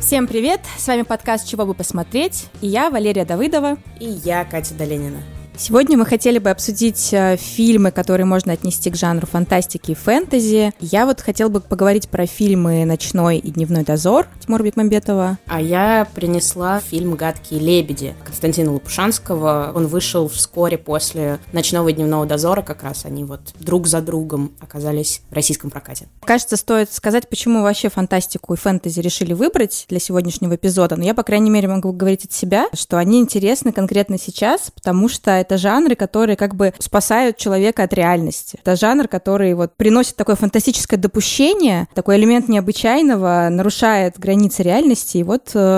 Всем привет! С вами подкаст «Чего бы посмотреть?» и я, Валерия Давыдова. И я, Катя Доленина. Сегодня мы хотели бы обсудить фильмы, которые можно отнести к жанру фантастики и фэнтези. Я хотела бы поговорить про фильмы «Ночной и дневной дозор» Тимура Бекмамбетова. А я принесла фильм «Гадкие лебеди» Константина Лопушанского. Он вышел вскоре после «Ночного и дневного дозора», как раз они друг за другом оказались в российском прокате. Кажется, стоит сказать, почему вообще фантастику и фэнтези решили выбрать для сегодняшнего эпизода. Но я, по крайней мере, могу говорить от себя, что они интересны конкретно сейчас, потому что это жанры, которые спасают человека от реальности. Это жанр, который приносит такое фантастическое допущение, такой элемент необычайного, нарушает границы реальности. И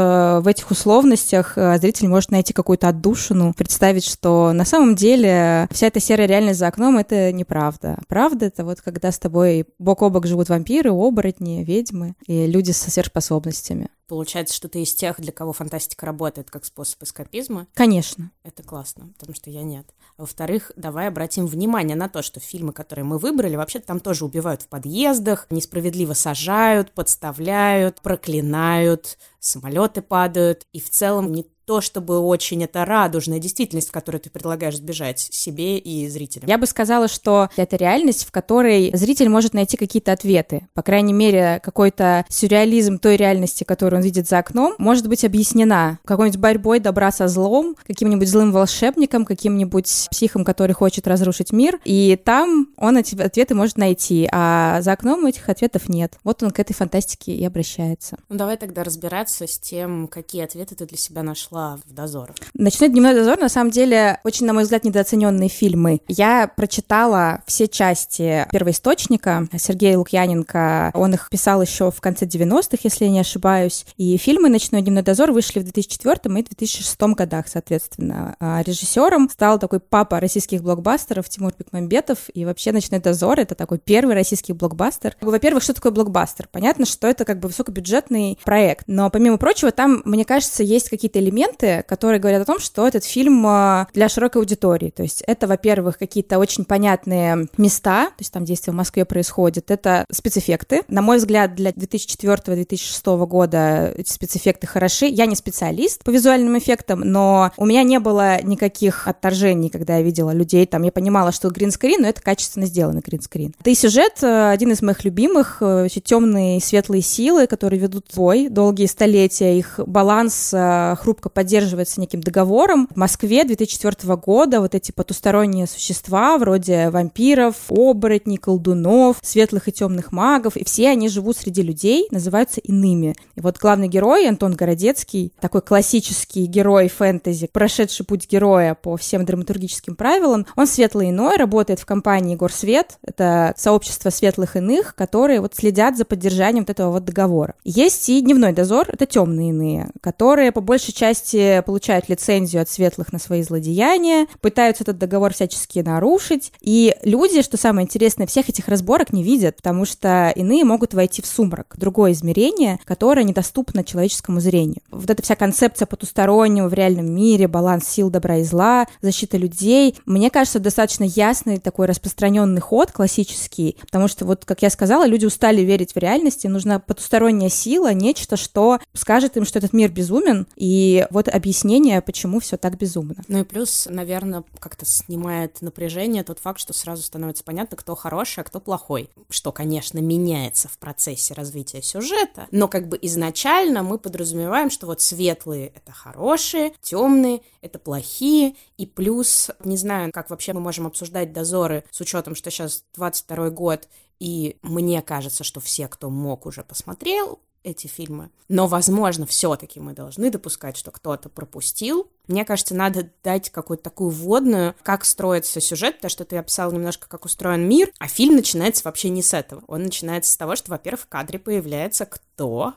в этих условностях зритель может найти какую-то отдушину, представить, что на самом деле вся эта серая реальность за окном — это неправда. Правда — это когда с тобой бок о бок живут вампиры, оборотни, ведьмы и люди со сверхспособностями. Получается, что ты из тех, для кого фантастика работает как способ эскапизма? Конечно. Это классно, потому что я нет. А во-вторых, давай обратим внимание на то, что фильмы, которые мы выбрали, вообще-то там тоже убивают в подъездах, несправедливо сажают, подставляют, проклинают, самолеты падают, и в целом не то, чтобы очень это радужная действительность, в которой ты предлагаешь сбежать себе и зрителям. Я бы сказала, что это реальность, в которой зритель может найти какие-то ответы. По крайней мере, какой-то сюрреализм той реальности, которую он видит за окном, может быть объяснена какой-нибудь борьбой добра со злом, каким-нибудь злым волшебником, каким-нибудь психом, который хочет разрушить мир. И там он эти ответы может найти, а за окном этих ответов нет. Вот он к этой фантастике и обращается. Ну, давай тогда разбираться с тем, какие ответы ты для себя нашла в «Дозорах». «Ночной и дневной дозор» на самом деле очень, на мой взгляд, недооцененные фильмы. Я прочитала все части первоисточника Сергея Лукьяненко. Он их писал еще в конце 90-х, если я не ошибаюсь. И фильмы «Ночной и дневной дозор» вышли в 2004 и 2006 годах, соответственно. А режиссером стал такой папа российских блокбастеров Тимур Бекмамбетов. И вообще «Ночной дозор» — это такой первый российский блокбастер. Во-первых, что такое блокбастер? Понятно, что это высокобюджетный проект. Но, помимо прочего, там, мне кажется, есть какие-то элементы, которые говорят о том, что этот фильм для широкой аудитории. То есть это, во-первых, какие-то очень понятные места, то есть там действие в Москве происходит, это спецэффекты. На мой взгляд, для 2004-2006 года эти спецэффекты хороши. Я не специалист по визуальным эффектам, но у меня не было никаких отторжений, когда я видела людей. Там я понимала, что гринскрин, но это качественно сделанный гринскрин. Да и сюжет один из моих любимых, темные и светлые силы, которые ведут бой долгие столетия, их баланс хрупко поддерживается неким договором. В Москве 2004 года эти потусторонние существа, вроде вампиров, оборотней, колдунов, светлых и темных магов, и все они живут среди людей, называются иными. И главный герой, Антон Городецкий, такой классический герой фэнтези, прошедший путь героя по всем драматургическим правилам, он светлый иной, работает в компании Горсвет, это сообщество светлых иных, которые следят за поддержанием этого договора. Есть и дневной дозор, это темные иные, которые по большей части получают лицензию от светлых на свои злодеяния, пытаются этот договор всячески нарушить, и люди, что самое интересное, всех этих разборок не видят, потому что иные могут войти в сумрак, другое измерение, которое недоступно человеческому зрению. Эта вся концепция потустороннего в реальном мире, баланс сил добра и зла, защита людей, мне кажется, достаточно ясный такой распространенный ход, классический, потому что, как я сказала, люди устали верить в реальность, и нужна потусторонняя сила, нечто, что скажет им, что этот мир безумен, и объяснение, почему все так безумно. Ну и плюс, наверное, как-то снимает напряжение тот факт, что сразу становится понятно, кто хороший, а кто плохой. Что, конечно, меняется в процессе развития сюжета, но изначально мы подразумеваем, что светлые — это хорошие, темные — это плохие, и плюс, не знаю, как вообще мы можем обсуждать «Дозоры» с учетом, что сейчас 22 год, и мне кажется, что все, кто мог, уже посмотрел эти фильмы. Но, возможно, все-таки мы должны допускать, что кто-то пропустил. Мне кажется, надо дать какую-то такую вводную, как строится сюжет, потому что ты описал немножко, как устроен мир, а фильм начинается вообще не с этого. Он начинается с того, что, во-первых, в кадре появляется кто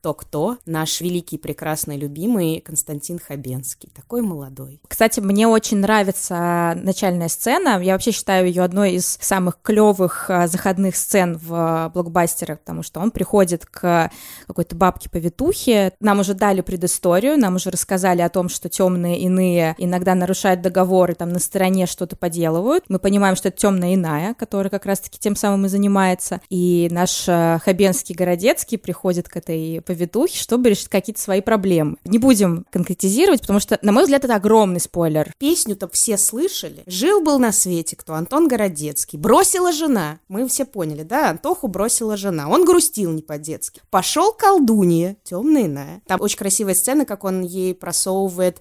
наш великий, прекрасный, любимый Константин Хабенский, такой молодой. Кстати, мне очень нравится начальная сцена. Я вообще считаю ее одной из самых клевых заходных сцен в блокбастерах, потому что он приходит к какой-то бабке-повитухе. Нам уже дали предысторию, нам уже рассказали о том, что темные иные иногда нарушают договор и там на стороне что-то поделывают. Мы понимаем, что это темная иная, которая как раз-таки тем самым и занимается. И наш Хабенский Городецкий приходит к этой своей повитухи, чтобы решить какие-то свои проблемы. Не будем конкретизировать, потому что, на мой взгляд, это огромный спойлер. Песню-то все слышали. Жил-был на свете кто? Антон Городецкий. Бросила жена. Мы все поняли, да? Антоху бросила жена. Он грустил не по-детски. Пошел колдунья, темная иная. Там очень красивая сцена, как он ей просовывает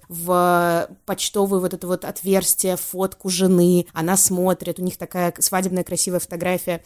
в почтовое вот это вот отверстие фотку жены. Она смотрит, у них такая свадебная красивая фотография.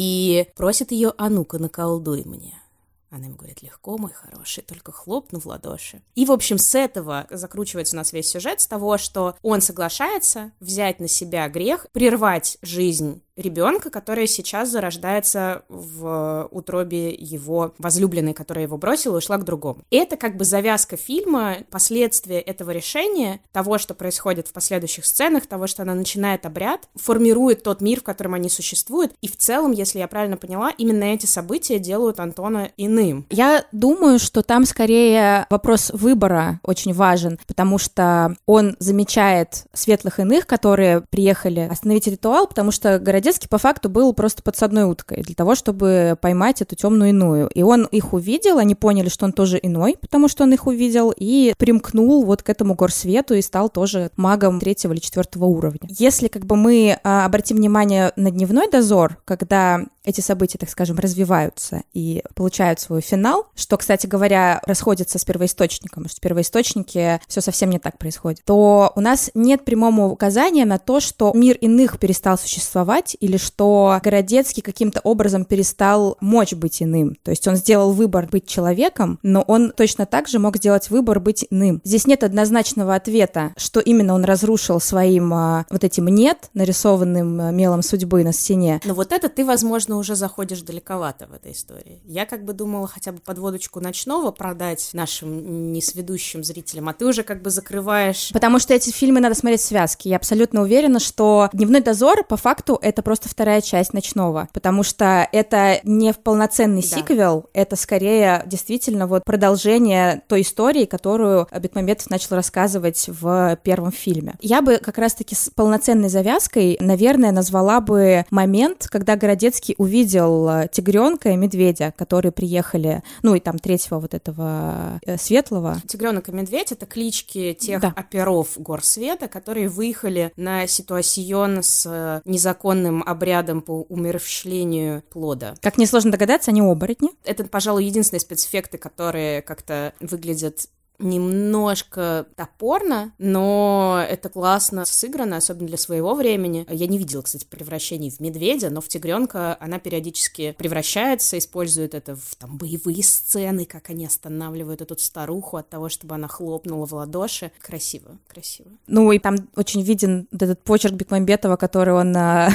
И просит ее: а ну-ка, наколдуй мне. Она ему говорит: легко, мой хороший, только хлопну в ладоши. И, в общем, с этого закручивается у нас весь сюжет, с того, что он соглашается взять на себя грех, прервать жизнь ребенка, который сейчас зарождается в утробе его возлюбленной, которая его бросила и ушла к другому. Это как бы завязка фильма, последствия этого решения, того, что происходит в последующих сценах, того, что она начинает обряд, формирует тот мир, в котором они существуют, и в целом, если я правильно поняла, именно эти события делают Антона иным. Я думаю, что там скорее вопрос выбора очень важен, потому что он замечает светлых иных, которые приехали остановить ритуал, потому что Городецкий по факту был просто подсадной уткой для того, чтобы поймать эту темную иную. И он их увидел, они поняли, что он тоже иной, потому что он их увидел, и примкнул вот к этому горсвету и стал тоже магом 3-го или 4-го уровня. Если как бы мы обратим внимание на дневной дозор, когда эти события, так скажем, развиваются и получают свой финал, что, кстати говоря, расходится с первоисточником, потому что в первоисточнике все совсем не так происходит, то у нас нет прямого указания на то, что мир иных перестал существовать или что Городецкий каким-то образом перестал мочь быть иным. То есть он сделал выбор быть человеком, но он точно так же мог сделать выбор быть иным. Здесь нет однозначного ответа, что именно он разрушил своим вот этим «нет», нарисованным мелом судьбы на стене. Но вот это ты, возможно, уже заходишь далековато в этой истории. Я как бы думала хотя бы подводочку ночного продать нашим несведущим зрителям, а ты уже как бы закрываешь... Потому что эти фильмы надо смотреть в связке. Я абсолютно уверена, что «Дневной дозор» по факту это просто вторая часть ночного, потому что это не полноценный сиквел, это скорее действительно вот продолжение той истории, которую Бекмамбетов начал рассказывать в первом фильме. Я бы как раз-таки с полноценной завязкой, наверное, назвала бы момент, когда Городецкий увидел тигренка и медведя, которые приехали, ну и там 3-го вот этого светлого. Тигренок и медведь — это клички тех оперов Горсвета, которые выехали на ситуацион с незаконным обрядом по умерщвлению плода. Как несложно догадаться, они оборотни. Это, пожалуй, единственные спецэффекты, которые как-то выглядят немножко топорно, но это классно сыграно, особенно для своего времени. Я не видела, кстати, превращений в медведя, но в тигренка она периодически превращается, использует это в там боевые сцены, как они останавливают эту старуху от того, чтобы она хлопнула в ладоши. Красиво, красиво. Ну и там очень виден вот этот почерк Бекмамбетова, который он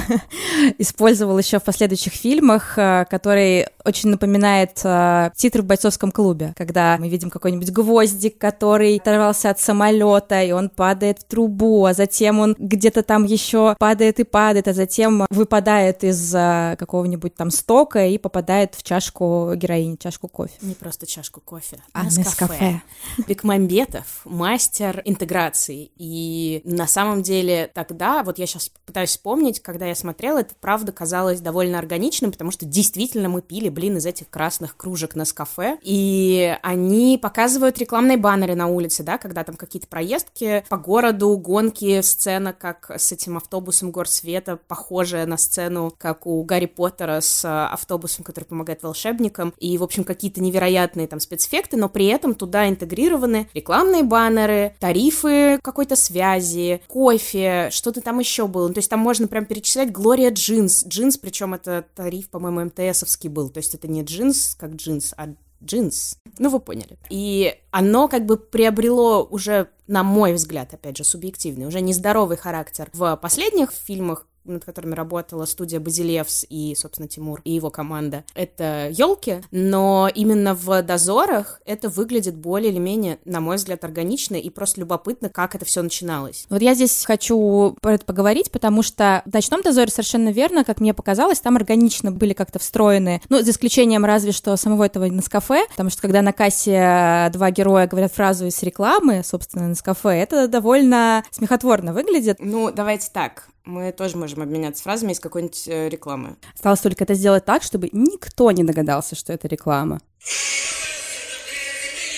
использовал еще в последующих фильмах, который очень напоминает титры в «Бойцовском клубе», когда мы видим какой-нибудь гвоздик, который оторвался от самолета, и он падает в трубу, а затем он где-то там еще падает и падает, а затем выпадает из какого-нибудь там стока и попадает в чашку героини, чашку кофе. Не просто чашку кофе, а Нескафе. Бекмамбетов — мастер интеграции, и на самом деле тогда, вот я сейчас пытаюсь вспомнить, когда я смотрела, это правда казалось довольно органичным, потому что действительно мы пили, из этих красных кружек Нескафе, и они показывают рекламные баннеры на улице, да, когда там какие-то проездки по городу, гонки, сцена, как с этим автобусом Горсвета, похожая на сцену, как у Гарри Поттера с автобусом, который помогает волшебникам, и, в общем, какие-то невероятные там спецэффекты, но при этом туда интегрированы рекламные баннеры, тарифы какой-то связи, кофе, что-то там еще было, то есть там можно прям перечислять Глория Джинс, причем это тариф, по-моему, МТСовский был, то есть это не джинс как джинс, а джинс. Ну, вы поняли. И оно как бы приобрело уже, на мой взгляд, опять же, субъективный, уже нездоровый характер в последних фильмах, над которыми работала студия Базилевс и, собственно, Тимур и его команда. Это «Ёлки», но именно в «Дозорах» это выглядит более или менее, на мой взгляд, органично и просто любопытно, как это все начиналось. Вот я здесь хочу про это поговорить, потому что в «Ночном дозоре» совершенно верно, как мне показалось, там органично были как-то встроены, ну, за исключением разве что самого этого Нескафе, потому что когда на кассе два героя говорят фразу из рекламы, собственно, Нескафе, это довольно смехотворно выглядит. Ну, давайте так. Мы тоже можем обменяться фразами из какой-нибудь рекламы. Осталось только это сделать так, чтобы никто не догадался, что это реклама.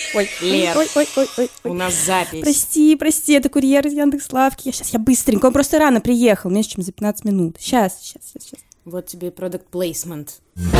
Ой, Лер, ой. у нас запись. Прости, это курьер из Яндекс.Лавки. Я быстренько, он просто рано приехал, меньше, чем за 15 минут. Сейчас. Вот тебе и product placement.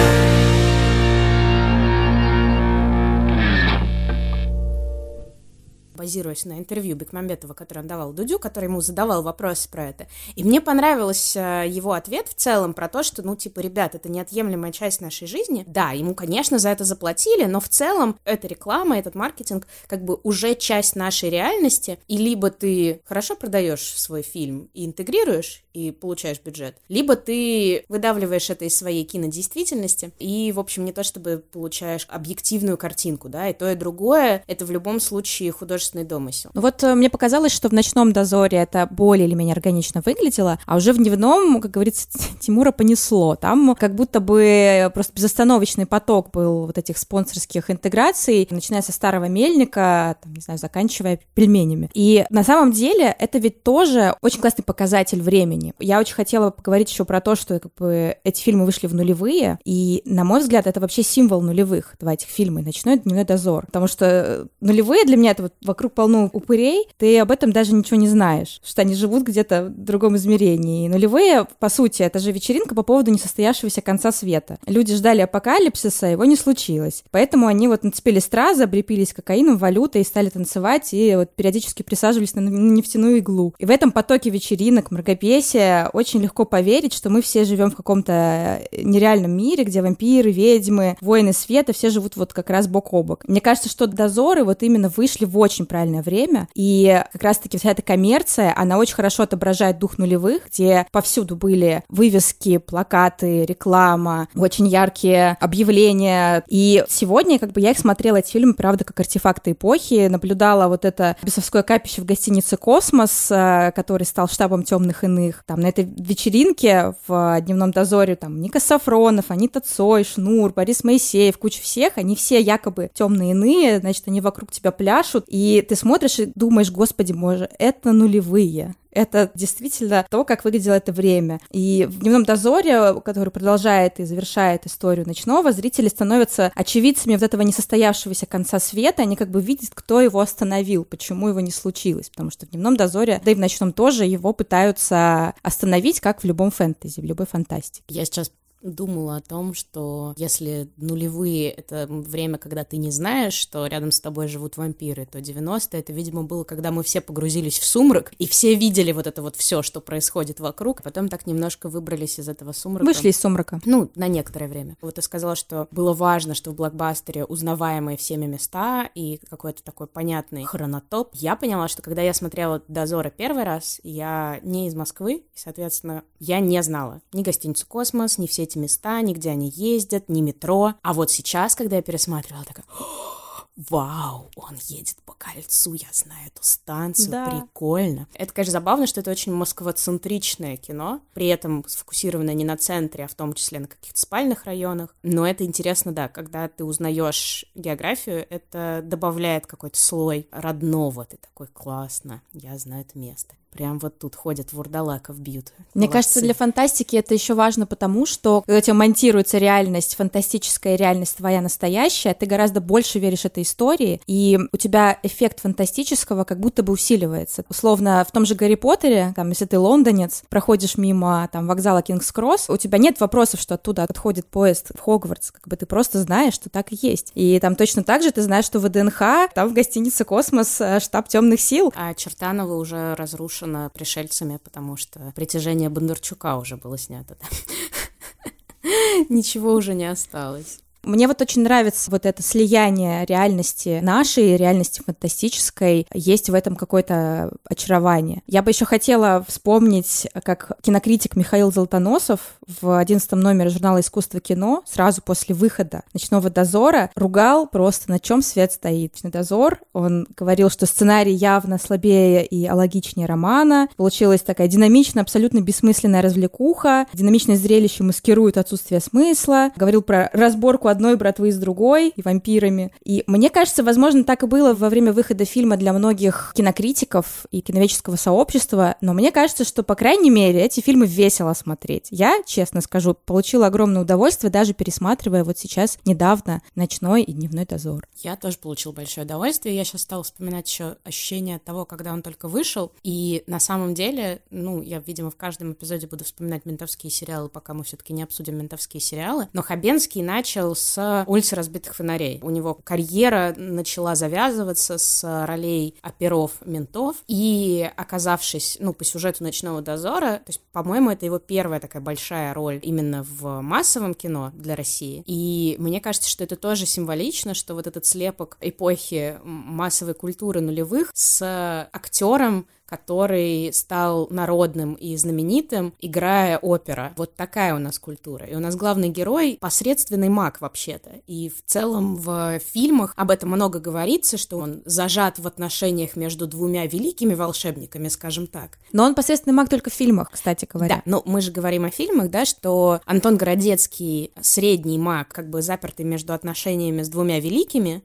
Базируясь на интервью Бекмамбетова, которое он давал Дудю, который ему задавал вопросы про это. И мне понравился его ответ в целом про то, что, ребят, это неотъемлемая часть нашей жизни. Да, ему, конечно, за это заплатили, но в целом эта реклама, этот маркетинг как бы уже часть нашей реальности, и либо ты хорошо продаешь свой фильм и интегрируешь, и получаешь бюджет, либо ты выдавливаешь это из своей кинодействительности, и, в общем, не то чтобы получаешь объективную картинку, да, и то, и другое, это в любом случае художественный домысел. Мне показалось, что в «Ночном дозоре» это более или менее органично выглядело, а уже в «Дневном», как говорится, Тимура понесло. Там как будто бы просто безостановочный поток был вот этих спонсорских интеграций, начиная со «Старого мельника», заканчивая пельменями. И на самом деле это ведь тоже очень классный показатель времени. Я очень хотела поговорить еще про то, что эти фильмы вышли в нулевые, и, на мой взгляд, это вообще символ нулевых, два этих фильма, «Ночной» и «Дневной дозор». Потому что нулевые для меня — это вокруг полно упырей, ты об этом даже ничего не знаешь, что они живут где-то в другом измерении. И нулевые, по сути, это же вечеринка по поводу несостоявшегося конца света. Люди ждали апокалипсиса, его не случилось. Поэтому они нацепили стразы, облепились кокаином, валютой и стали танцевать, и периодически присаживались на нефтяную иглу. И в этом потоке вечеринок, мракопесия очень легко поверить, что мы все живем в каком-то нереальном мире, где вампиры, ведьмы, воины света, все живут как раз бок о бок. Мне кажется, что дозоры именно вышли в очень правильное время, и как раз-таки вся эта коммерция, она очень хорошо отображает дух нулевых, где повсюду были вывески, плакаты, реклама, очень яркие объявления, и сегодня я их смотрела, эти фильмы, правда, как артефакты эпохи, наблюдала это бесовское капище в гостинице «Космос», который стал штабом «Темных иных», там на этой вечеринке в «Дневном дозоре» Ника Сафронов, Анита Цой, Шнур, Борис Моисеев, куча всех, они все якобы темные иные, значит, они вокруг тебя пляшут, и ты смотришь и думаешь: господи боже, это нулевые. Это действительно то, как выглядело это время. И в «Дневном дозоре», который продолжает и завершает историю «Ночного», зрители становятся очевидцами этого несостоявшегося конца света, они видят, кто его остановил, почему его не случилось, потому что в «Дневном дозоре», да и в «Ночном» тоже, его пытаются остановить, как в любом фэнтези, в любой фантастике. Я сейчас думала о том, что если нулевые — это время, когда ты не знаешь, что рядом с тобой живут вампиры, то 90-е — это, видимо, было, когда мы все погрузились в сумрак, и все видели это все, что происходит вокруг, а потом так немножко выбрались из этого сумрака. Вышли из сумрака. На некоторое время. Ты сказала, что было важно, что в блокбастере узнаваемые всеми места и какой-то такой понятный хронотоп. Я поняла, что когда я смотрела «Дозоры» первый раз, я не из Москвы, и, соответственно, я не знала ни гостиницу «Космос», ни все эти места, ни где они ездят, ни метро. А сейчас, когда я пересматривала, такая: вау, он едет по кольцу, я знаю эту станцию, да. Прикольно. Это, конечно, забавно, что это очень москвоцентричное кино, при этом сфокусированное не на центре, а в том числе на каких-то спальных районах. Но это интересно, да, когда ты узнаешь географию, это добавляет какой-то слой родного. Ты такой: классно, я знаю это место. Прям тут ходят, вурдалаков бьют. Мне кажется, для фантастики это еще важно, потому что когда у тебя монтируется реальность фантастическая и реальность твоя настоящая, ты гораздо больше веришь этой истории, и у тебя эффект фантастического как будто бы усиливается. Условно, в том же «Гарри Поттере», если ты лондонец, проходишь мимо вокзала Кингс-Кросс, у тебя нет вопросов, что оттуда отходит поезд в Хогвартс, ты просто знаешь, что так и есть. И там точно так же ты знаешь, что в ВДНХ, там в гостинице «Космос» штаб темных сил. А Чертаново уже разрушено пришельцами, потому что «Притяжение» Бондарчука уже было снято. Ничего уже не осталось. Мне очень нравится это слияние реальности нашей и реальности фантастической. Есть в этом какое-то очарование. Я бы еще хотела вспомнить, как кинокритик Михаил Золотоносов в 11 номере журнала «Искусство кино» сразу после выхода «Ночного дозора» ругал просто, на чем свет стоит. «Ночной дозор», он говорил, что сценарий явно слабее и алогичнее романа. Получилась такая динамичная, абсолютно бессмысленная развлекуха. Динамичное зрелище маскирует отсутствие смысла. Говорил про разборку одной братвы с другой, и вампирами. И мне кажется, возможно, так и было во время выхода фильма для многих кинокритиков и киноведческого сообщества, но мне кажется, что, по крайней мере, эти фильмы весело смотреть. Я, честно скажу, получила огромное удовольствие, даже пересматривая вот сейчас недавно «Ночной» и «Дневной дозор». Я тоже получила большое удовольствие. Я сейчас стала вспоминать еще ощущение от того, когда он только вышел. И на самом деле, я, видимо, в каждом эпизоде буду вспоминать ментовские сериалы, пока мы все-таки не обсудим ментовские сериалы. Но Хабенский начал с «Улицы разбитых фонарей». У него карьера начала завязываться с ролей оперов-ментов. И оказавшись, по сюжету «Ночного дозора», то есть, по-моему, это его первая такая большая роль именно в массовом кино для России. И мне кажется, что это тоже символично, что вот этот слепок эпохи массовой культуры нулевых с актером, который стал народным и знаменитым, играя опера. Вот такая у нас культура. И у нас главный герой — посредственный маг, вообще-то. И в целом в фильмах об этом много говорится, что он зажат в отношениях между двумя великими волшебниками, скажем так. Но он посредственный маг только в фильмах, кстати говоря. Да, но мы же говорим о фильмах, да, что Антон Городецкий — средний маг, как бы запертый между отношениями с двумя великими.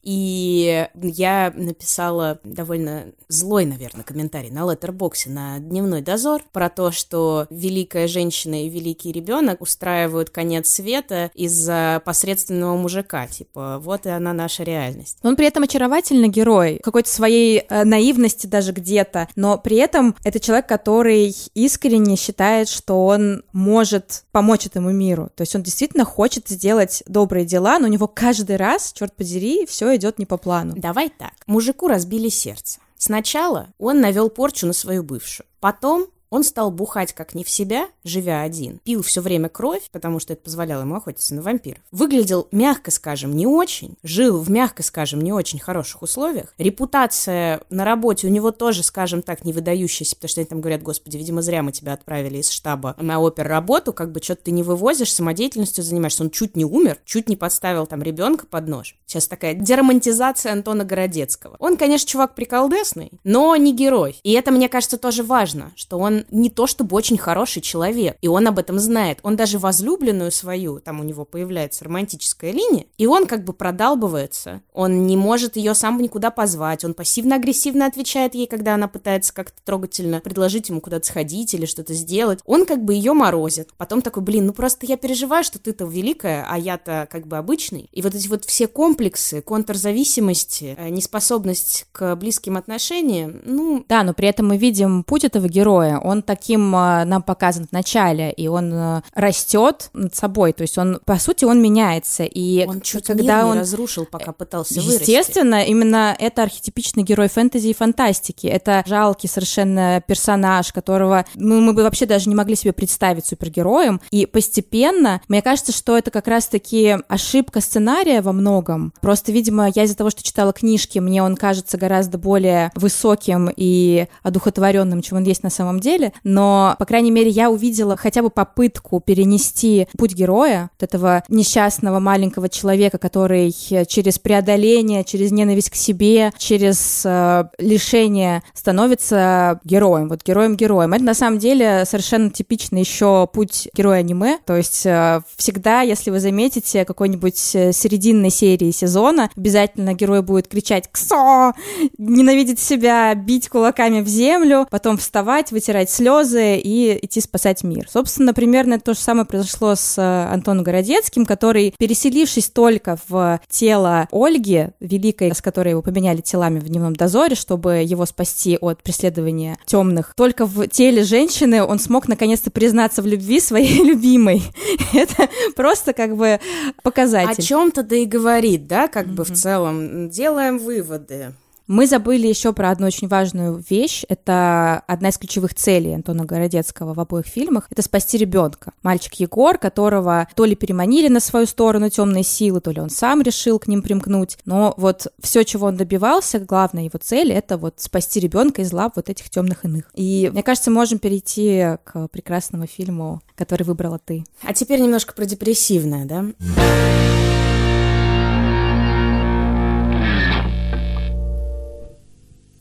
И я написала довольно злой, наверное, комментарий на Letterboxd на «Дневной дозор» про то, что великая женщина и великий ребенок устраивают конец света из-за посредственного мужика. Типа, вот и она наша реальность. Он при этом очаровательный герой, какой-то своей наивности даже где-то, но при этом это человек, который искренне считает, что он может помочь этому миру. То есть он действительно хочет сделать добрые дела, но у него каждый раз, черт подери, все идет не по плану. Давай так. Мужику разбили сердце. Сначала он навел порчу на свою бывшую. Потом он стал бухать как не в себя, живя один. Пил все время кровь, потому что это позволяло ему охотиться на вампиров. Выглядел, мягко скажем, не очень. Жил в, мягко скажем, не очень хороших условиях. Репутация на работе у него тоже, скажем так, не выдающаяся, потому что они там говорят: господи, видимо, зря мы тебя отправили из штаба на оперработу, как бы что-то ты не вывозишь, самодеятельностью занимаешься. Он чуть не умер, чуть не подставил там ребенка под нож. Сейчас такая деромантизация Антона Городецкого. Он, конечно, чувак приколдесный, но не герой. И это, мне кажется, тоже важно, что он не то чтобы очень хороший человек, и он об этом знает. Он даже возлюбленную свою, там у него появляется романтическая линия, и он как бы продалбывается. Он не может ее сам никуда позвать, он пассивно-агрессивно отвечает ей, когда она пытается как-то трогательно предложить ему куда-то сходить или что-то сделать. Он как бы ее морозит. Потом такой: просто я переживаю, что ты-то великая, а я-то как бы обычный. И вот эти вот все комплексы, контрзависимости, неспособность к близким отношениям, Да, но при этом мы видим путь этого героя. Он таким нам показан в начале, и он растет над собой, то есть он, по сути, он меняется. И он чуть когда мир он не разрушил, пока пытался вырасти. Естественно, именно это архетипичный герой фэнтези и фантастики. Это жалкий совершенно персонаж, которого мы бы вообще даже не могли себе представить супергероем. И постепенно, мне кажется, что это как раз-таки ошибка сценария во многом. Просто, видимо, я из-за того, что читала книжки, мне он кажется гораздо более высоким и одухотворенным, чем он есть на самом деле, но, по крайней мере, я увидела хотя бы попытку перенести путь героя, вот этого несчастного маленького человека, который через преодоление, через ненависть к себе, через лишение становится героем, вот героем-героем. Это, на самом деле, совершенно типичный еще путь героя аниме, то есть всегда, если вы заметите какой-нибудь серединной серии сезона, обязательно герой будет кричать «Ксо!», ненавидеть себя, бить кулаками в землю, потом вставать, вытирать слезы и идти спасать мир. Собственно, примерно то же самое произошло с Антоном Городецким, который, переселившись только в тело Ольги, великой, с которой его поменяли телами в «Дневном дозоре», чтобы его спасти от преследования темных, только в теле женщины он смог наконец-то признаться в любви своей любимой. Это просто как бы показатель. О чем-то да и говорит, да, как бы в целом. Делаем выводы. Мы забыли еще про одну очень важную вещь. Это одна из ключевых целей Антона Городецкого в обоих фильмах. Это спасти ребенка. Мальчик Егор, которого то ли переманили на свою сторону темные силы, то ли он сам решил к ним примкнуть. Но вот все, чего он добивался, главная его цель — это вот спасти ребенка из лап вот этих темных иных. И мне кажется, можем перейти к прекрасному фильму, который выбрала ты. А теперь немножко про депрессивное, да?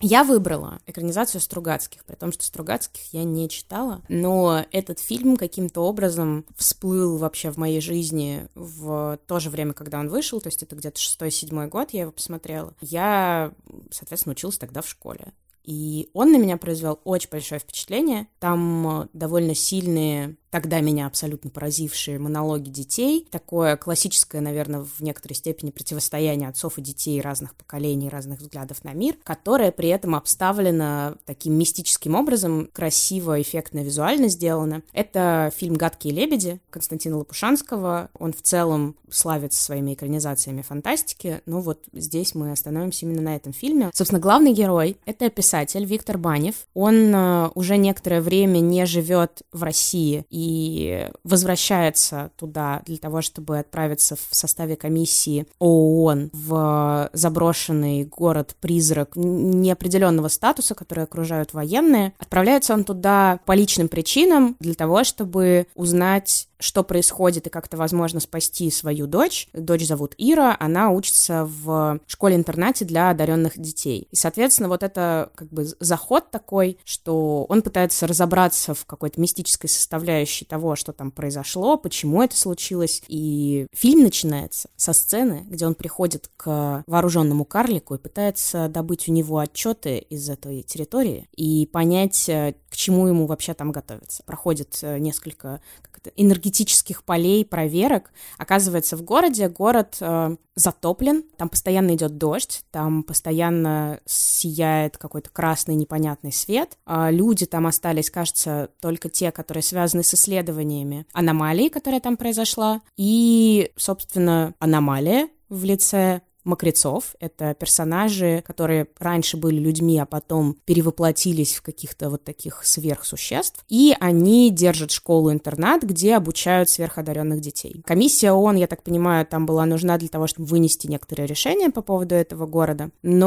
Я выбрала экранизацию Стругацких, при том, что Стругацких я не читала, но этот фильм каким-то образом всплыл вообще в моей жизни в то же время, когда он вышел, то есть это где-то 6-7 год я его посмотрела. Я, соответственно, училась тогда в школе. И он на меня произвел очень большое впечатление. Там довольно сильные, тогда меня абсолютно поразившие монологи детей. Такое классическое, наверное, в некоторой степени противостояние отцов и детей разных поколений, разных взглядов на мир, которое при этом обставлено таким мистическим образом, красиво, эффектно, визуально сделано. Это фильм «Гадкие лебеди» Константина Лопушанского. Он в целом славится своими экранизациями фантастики. Но вот здесь мы остановимся именно на этом фильме. Собственно, главный герой — это писатель Виктор Банев. Он уже некоторое время не живет в России и возвращается туда для того, чтобы отправиться в составе комиссии ООН в заброшенный город-призрак неопределенного статуса, который окружают военные. Отправляется он туда по личным причинам для того, чтобы узнать, что происходит и как-то возможно спасти свою дочь. Дочь зовут Ира, она учится в школе-интернате для одаренных детей. И, соответственно, вот это как бы заход такой, что он пытается разобраться в какой-то мистической составляющей того, что там произошло, почему это случилось. И фильм начинается со сцены, где он приходит к вооруженному карлику и пытается добыть у него отчеты из этой территории и понять, к чему ему вообще там готовиться. Проходит несколько энергетических полей, проверок. Оказывается, в городе город затоплен, там постоянно идет дождь, там постоянно сияет какой-то красный непонятный свет. Люди там остались, кажется, только те, которые связаны с исследованиями аномалии, которая там произошла. И, собственно, аномалия в лице мокрецов. Это персонажи, которые раньше были людьми, а потом перевоплотились в каких-то вот таких сверхсуществ. И они держат школу-интернат, где обучают сверходаренных детей. Комиссия ООН, я так понимаю, там была нужна для того, чтобы вынести некоторые решения по поводу этого города.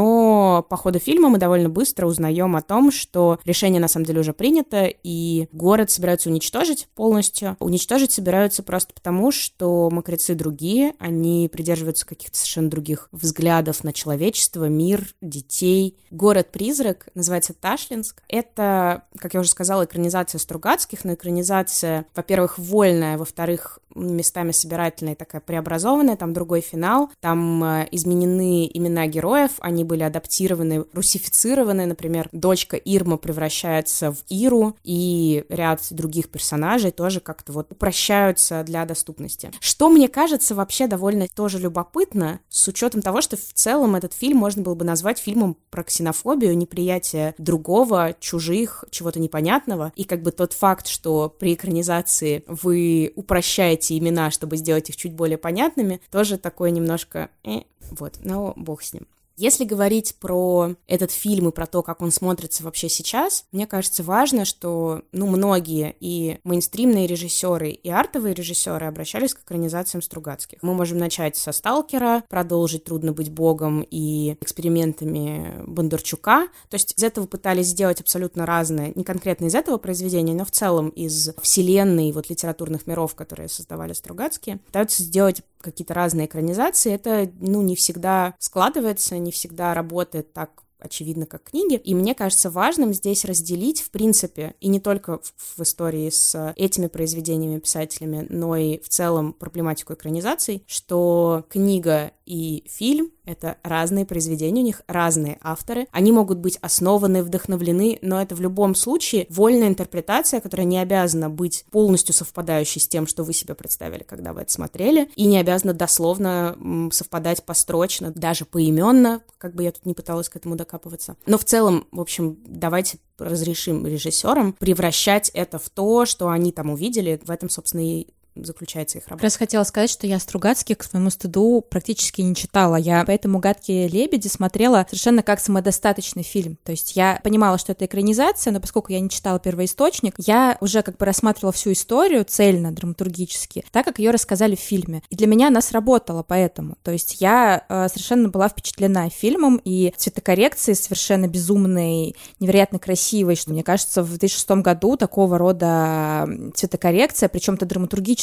Но по ходу фильма мы довольно быстро узнаем о том, что решение на самом деле уже принято, и город собираются уничтожить полностью. Уничтожить собираются просто потому, что мокрецы другие, они придерживаются каких-то совершенно других взглядов на человечество, мир, детей. Город-призрак называется Ташлинск. Это, как я уже сказала, экранизация Стругацких, но экранизация, во-первых, вольная, во-вторых, местами собирательная, такая преобразованная, там другой финал, там изменены имена героев, они были адаптированы, русифицированы, например, дочка Ирма превращается в Иру, и ряд других персонажей тоже как-то вот упрощаются для доступности. Что мне кажется вообще довольно тоже любопытно, с учетом того, что в целом этот фильм можно было бы назвать фильмом про ксенофобию, неприятие другого, чужих, чего-то непонятного, и как бы тот факт, что при экранизации вы упрощаете имена, чтобы сделать их чуть более понятными, тоже такое немножко вот, но бог с ним. Если говорить про этот фильм и про то, как он смотрится вообще сейчас, мне кажется важно, что, многие и мейнстримные режиссеры, и артовые режиссеры обращались к экранизациям Стругацких. Мы можем начать со «Сталкера», продолжить «Трудно быть богом» и экспериментами Бондарчука. То есть из этого пытались сделать абсолютно разное, не конкретно из этого произведения, но в целом из вселенной вот литературных миров, которые создавали Стругацкие, пытаются сделать какие-то разные экранизации. Это, не всегда складывается, не всегда работает так очевидно, как книги. И мне кажется важным здесь разделить, в принципе, и не только в истории с этими произведениями, писателями, но и в целом проблематику экранизаций, что книга и фильм — это разные произведения, у них разные авторы. Они могут быть основаны, вдохновлены, но это в любом случае вольная интерпретация, которая не обязана быть полностью совпадающей с тем, что вы себе представили, когда вы это смотрели, и не обязана дословно совпадать построчно, даже поименно, как бы я тут не пыталась к этому докапываться. Но в целом, в общем, давайте разрешим режиссерам превращать это в то, что они там увидели. В этом, собственно, и заключается их работа. Как раз хотела сказать, что я Стругацких, к своему стыду, практически не читала. Я поэтому «Гадкие лебеди» смотрела совершенно как самодостаточный фильм. То есть я понимала, что это экранизация, но поскольку я не читала первоисточник, я уже как бы рассматривала всю историю цельно, драматургически, так как ее рассказали в фильме. И для меня она сработала поэтому. То есть я совершенно была впечатлена фильмом, и цветокоррекции совершенно безумной, невероятно красивой, что, мне кажется, в 2006 году такого рода цветокоррекция, причем-то драматургически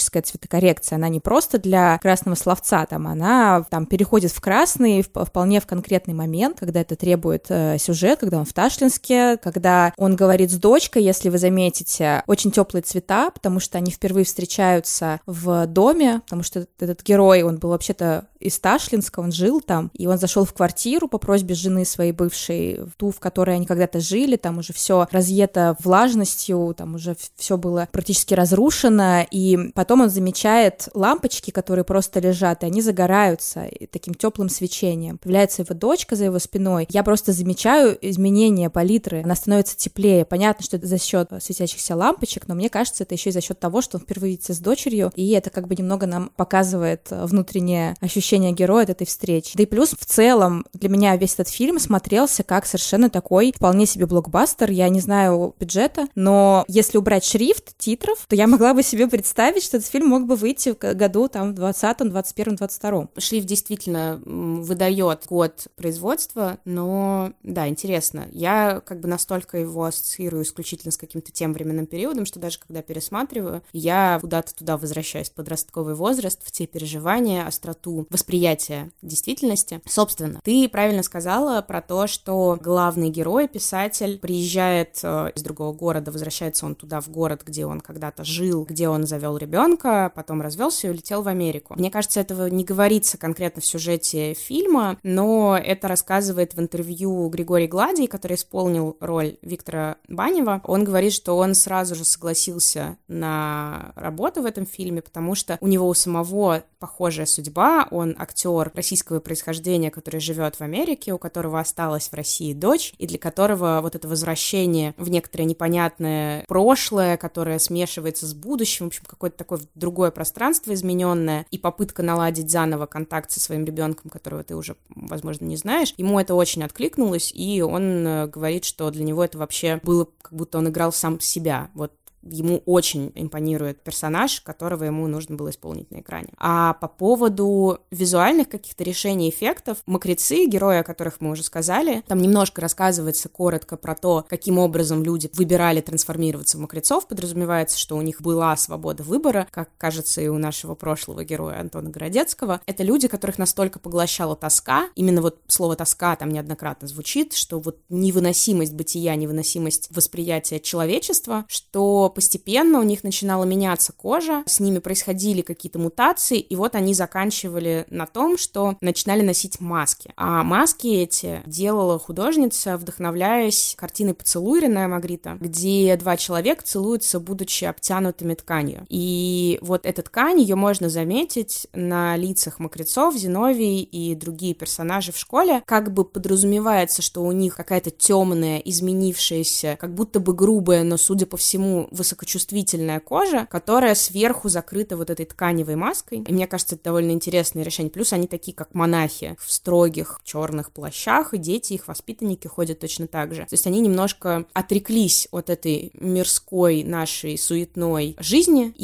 хирургическая цветокоррекция, она не просто для красного словца, она переходит в красный вполне в конкретный момент, когда это требует сюжет, когда он в Ташлинске, когда он говорит с дочкой, если вы заметите, очень теплые цвета, потому что они впервые встречаются в доме, потому что этот герой, он был вообще-то из Ташлинска, он жил там, и он зашел в квартиру по просьбе жены своей бывшей, в ту, в которой они когда-то жили, там уже все разъето влажностью, там уже все было практически разрушено, и потом он замечает лампочки, которые просто лежат, и они загораются таким теплым свечением. Появляется его дочка за его спиной. Я просто замечаю изменения палитры, она становится теплее. Понятно, что это за счет светящихся лампочек, но мне кажется, это еще и за счет того, что он впервые видится с дочерью, и это как бы немного нам показывает внутреннее ощущение героя от этой встречи. Да и плюс в целом для меня весь этот фильм смотрелся как совершенно такой вполне себе блокбастер. Я не знаю бюджета, но если убрать шрифт титров, то я могла бы себе представить, что этот фильм мог бы выйти в году в 20-м, 21-м, 22-м. Шрифт действительно выдает год производства, но да, интересно. Я как бы настолько его ассоциирую исключительно с каким-то тем временным периодом, что даже когда пересматриваю, я куда-то туда возвращаюсь в подростковый возраст, в те переживания, остроту восприятия действительности. Собственно, ты правильно сказала про то, что главный герой, писатель, приезжает из другого города, возвращается он туда, в город, где он когда-то жил, где он завел ребенка, потом развелся и улетел в Америку. Мне кажется, этого не говорится конкретно в сюжете фильма, но это рассказывает в интервью Григорий Гладий, который исполнил роль Виктора Банева. Он говорит, что он сразу же согласился на работу в этом фильме, потому что у него у самого похожая судьба. Он актер российского происхождения, который живет в Америке, у которого осталась в России дочь, и для которого вот это возвращение в некоторое непонятное прошлое, которое смешивается с будущим, в общем, какое-то такое другое пространство измененное, и попытка наладить заново контакт со своим ребенком, которого ты уже, возможно, не знаешь, ему это очень откликнулось, и он говорит, что для него это вообще было, как будто он играл сам себя. Вот ему очень импонирует персонаж, которого ему нужно было исполнить на экране. А по поводу визуальных каких-то решений, эффектов, мокрецы, герои, о которых мы уже сказали, там немножко рассказывается коротко про то, каким образом люди выбирали трансформироваться в мокрецов. Подразумевается, что у них была свобода выбора, как кажется и у нашего прошлого героя Антона Городецкого. Это люди, которых настолько поглощала тоска, именно вот слово «тоска» там неоднократно звучит, что вот невыносимость бытия, невыносимость восприятия человечества, что постепенно у них начинала меняться кожа, с ними происходили какие-то мутации, и вот они заканчивали на том, что начинали носить маски. А маски эти делала художница, вдохновляясь картиной «Поцелуй» Рене Магрита, где два человека целуются, будучи обтянутыми тканью. И вот эта ткань, ее можно заметить на лицах мокрецов, Зиновий и другие персонажи в школе. Как бы подразумевается, что у них какая-то темная, изменившаяся, как будто бы грубая, но, судя по всему, высокочувствительная кожа, которая сверху закрыта вот этой тканевой маской. И мне кажется, это довольно интересное решение. Плюс они такие, как монахи, в строгих черных плащах, и дети, их воспитанники ходят точно так же. То есть они немножко отреклись от этой мирской нашей суетной жизни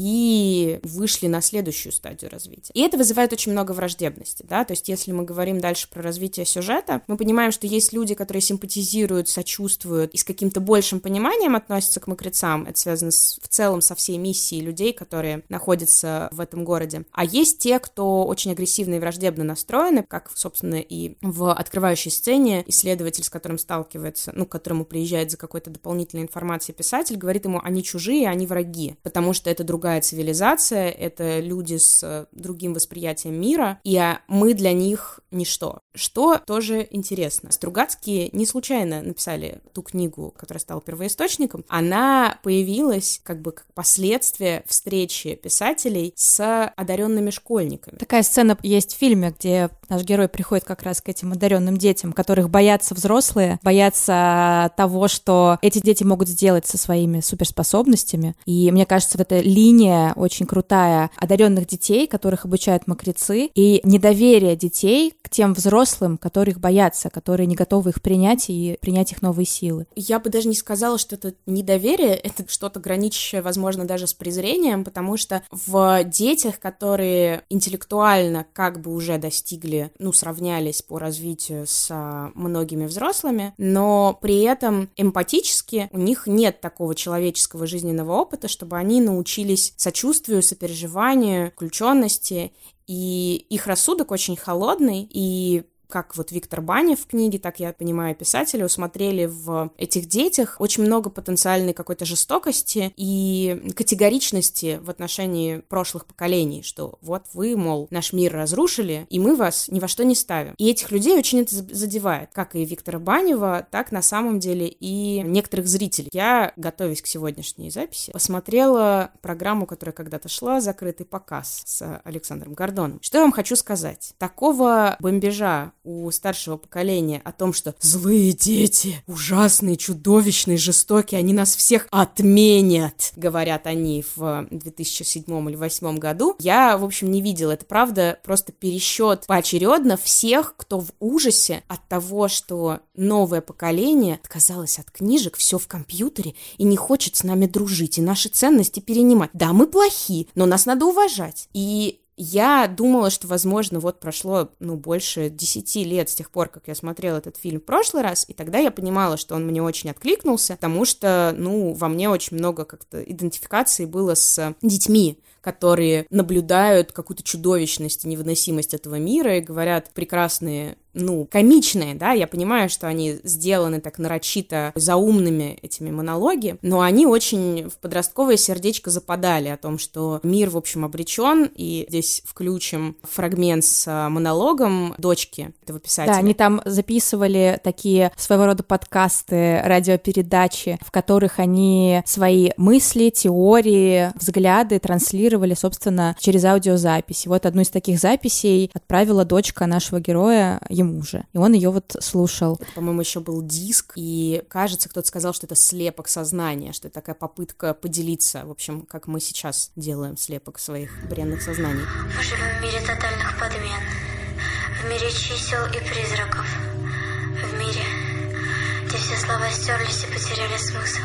и вышли на следующую стадию развития. И это вызывает очень много враждебности, да, то есть если мы говорим дальше про развитие сюжета, мы понимаем, что есть люди, которые симпатизируют, сочувствуют и с каким-то большим пониманием относятся к мокрецам. Это связано в целом со всей миссией людей, которые находятся в этом городе. А есть те, кто очень агрессивно и враждебно настроены, как, собственно, и в открывающей сцене исследователь, с которым сталкивается, к которому приезжает за какой-то дополнительной информацией писатель, говорит ему, они чужие, они враги, потому что это другая цивилизация, это люди с другим восприятием мира, и мы для них ничто. Что тоже интересно. Стругацкие не случайно написали ту книгу, которая стала первоисточником. Она появилась как бы как последствие встречи писателей с одаренными школьниками. Такая сцена есть в фильме, где наш герой приходит как раз к этим одаренным детям, которых боятся взрослые, боятся того, что эти дети могут сделать со своими суперспособностями. И мне кажется, вот эта линия очень крутая одаренных детей, которых обучают мокрецы, и недоверие детей к тем взрослым, которых боятся, которые не готовы их принять и принять их новые силы. Я бы даже не сказала, что это недоверие, это что-то что-то граничащее, возможно, даже с презрением, потому что в детях, которые интеллектуально как бы уже достигли, сравнялись по развитию с многими взрослыми, но при этом эмпатически у них нет такого человеческого жизненного опыта, чтобы они научились сочувствию, сопереживанию, включенности, и их рассудок очень холодный, и как вот Виктор Банев в книге, так я понимаю, писатели усмотрели в этих детях очень много потенциальной какой-то жестокости и категоричности в отношении прошлых поколений, что вот вы, мол, наш мир разрушили, и мы вас ни во что не ставим. И этих людей очень это задевает, как и Виктора Банева, так на самом деле и некоторых зрителей. Я, готовясь к сегодняшней записи, посмотрела программу, которая когда-то шла, «Закрытый показ» с Александром Гордоном. Что я вам хочу сказать? Такого бомбежа у старшего поколения о том, что злые дети, ужасные, чудовищные, жестокие, они нас всех отменят, говорят они в 2007 или 2008 году, я, в общем, не видела. Это, правда, просто пересчет поочередно всех, кто в ужасе от того, что новое поколение отказалось от книжек, все в компьютере и не хочет с нами дружить и наши ценности перенимать. Да, мы плохи, но нас надо уважать. И я думала, что, возможно, вот прошло, больше 10 лет с тех пор, как я смотрела этот фильм в прошлый раз, и тогда я понимала, что он мне очень откликнулся, потому что, во мне очень много как-то идентификации было с детьми, которые наблюдают какую-то чудовищность и невыносимость этого мира и говорят прекрасные, комичные, да, я понимаю, что они сделаны так нарочито заумными, этими монологи, но они очень в подростковое сердечко западали о том, что мир, в общем, обречен, и здесь включим фрагмент с монологом дочки этого писателя. Да, они там записывали такие своего рода подкасты, радиопередачи, в которых они свои мысли, теории, взгляды транслировали, собственно, через аудиозаписи. Вот одну из таких записей отправила дочка нашего героя ему же, и он ее вот слушал. Это, по-моему, еще был диск, и, кажется, кто-то сказал, что это слепок сознания, что это такая попытка поделиться, в общем, как мы сейчас делаем слепок своих бренных сознаний. Мы живем в мире тотальных подмен, в мире чисел и призраков, в мире, где все слова стерлись и потеряли смысл.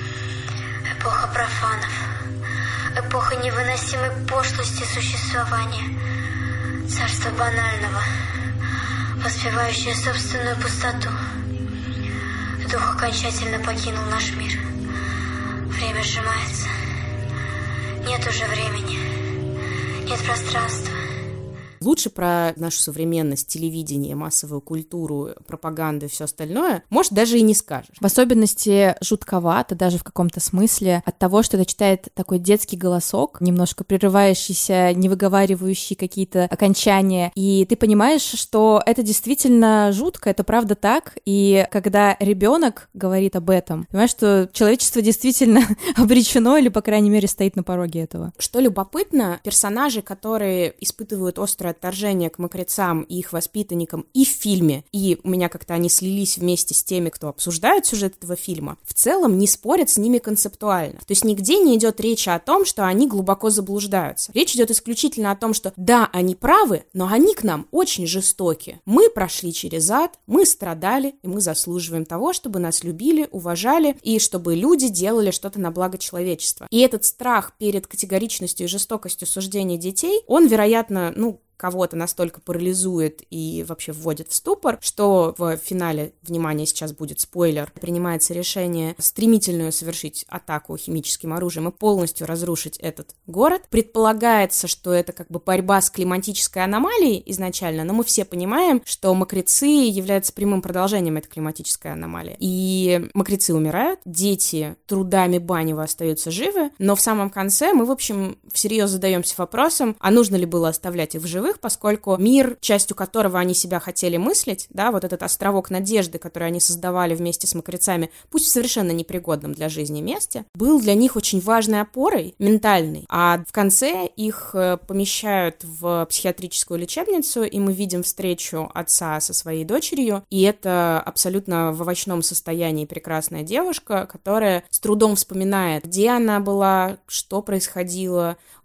Эпоха профанов, эпоха невыносимой пошлости существования, царство банального, воспевающее собственную пустоту. Дух окончательно покинул наш мир. Время сжимается. Нет уже времени. Нет пространства. Лучше про нашу современность, телевидение, массовую культуру, пропаганду и все остальное, может, даже и не скажешь. В особенности жутковато, даже в каком-то смысле, от того, что это читает такой детский голосок, немножко прерывающийся, не выговаривающий какие-то окончания, и ты понимаешь, что это действительно жутко, это правда так, и когда ребенок говорит об этом, понимаешь, что человечество действительно обречено, или, по крайней мере, стоит на пороге этого. Что любопытно, персонажи, которые испытывают острое отторжение к мокрецам и их воспитанникам и в фильме, и у меня как-то они слились вместе с теми, кто обсуждает сюжет этого фильма, в целом не спорят с ними концептуально. То есть нигде не идет речи о том, что они глубоко заблуждаются. Речь идет исключительно о том, что да, они правы, но они к нам очень жестоки. Мы прошли через ад, мы страдали, и мы заслуживаем того, чтобы нас любили, уважали, и чтобы люди делали что-то на благо человечества. И этот страх перед категоричностью и жестокостью суждения детей, он, вероятно, кого-то настолько парализует и вообще вводит в ступор, что в финале, внимание, сейчас будет спойлер, принимается решение стремительную совершить атаку химическим оружием и полностью разрушить этот город. Предполагается, что это как бы борьба с климатической аномалией изначально, но мы все понимаем, что мокрецы являются прямым продолжением этой климатической аномалии. И мокрецы умирают, дети трудами Банева остаются живы, но в самом конце мы, в общем, всерьез задаемся вопросом, а нужно ли было оставлять их в живых, поскольку мир, частью которого они себя хотели мыслить, да, вот этот островок надежды, который они создавали вместе с мокрецами, пусть в совершенно непригодном для жизни месте, был для них очень важной опорой ментальной, а в конце их помещают в психиатрическую лечебницу, и мы видим встречу отца со своей дочерью, и это абсолютно в овощном состоянии прекрасная девушка, которая с трудом вспоминает, где она была, что происходило.